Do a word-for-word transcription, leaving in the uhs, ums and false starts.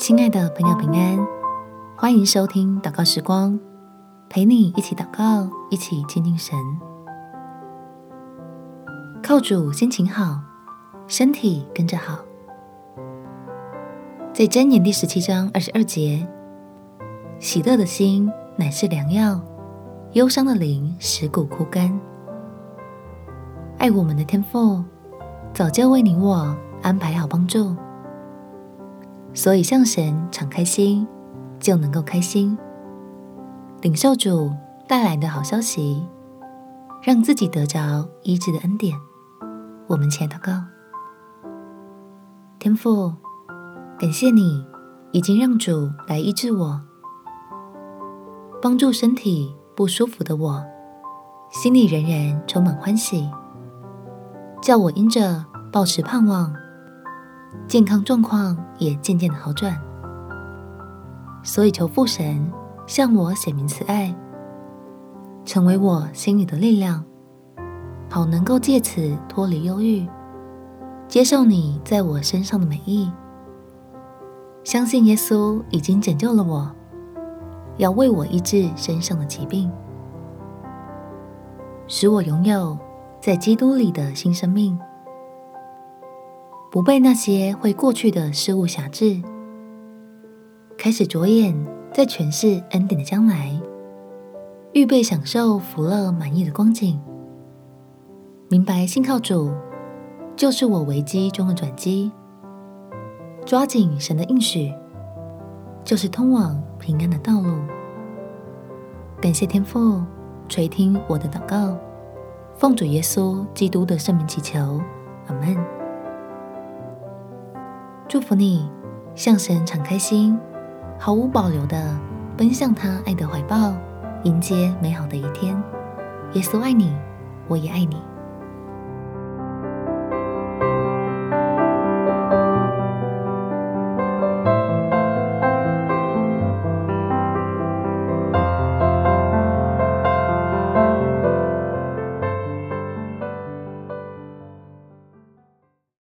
亲爱的朋友平安，欢迎收听祷告时光，陪你一起祷告，一起亲近神。靠主心情好，身体跟着好。在箴言第十七章二十二节，喜乐的心乃是良药，忧伤的灵使骨枯干。爱我们的天父早就为你我安排好帮助，所以向神敞开心，就能够开心，领受主带来的好消息，让自己得着医治的恩典。我们前祷告。天父，感谢你已经让主来医治我，帮助身体不舒服的我，心里仍然充满欢喜，叫我因着抱持盼望，健康状况也渐渐的好转。所以求父神向我显明慈爱，成为我心里的力量，好能够借此脱离忧郁，接受你在我身上的美意，相信耶稣已经拯救了我，要为我医治身上的疾病，使我拥有在基督里的新生命，不被那些会过去的事物辖制，开始着眼在诠释恩典的将来，预备享受福乐满意的光景。明白信靠主就是我危机中的转机，抓紧神的应许就是通往平安的道路。感谢天父垂听我的祷告，奉主耶稣基督的圣名祈求，阿们。祝福你向神敞开心，毫无保留地奔向他爱的怀抱，迎接美好的一天。耶稣爱你，我也爱你。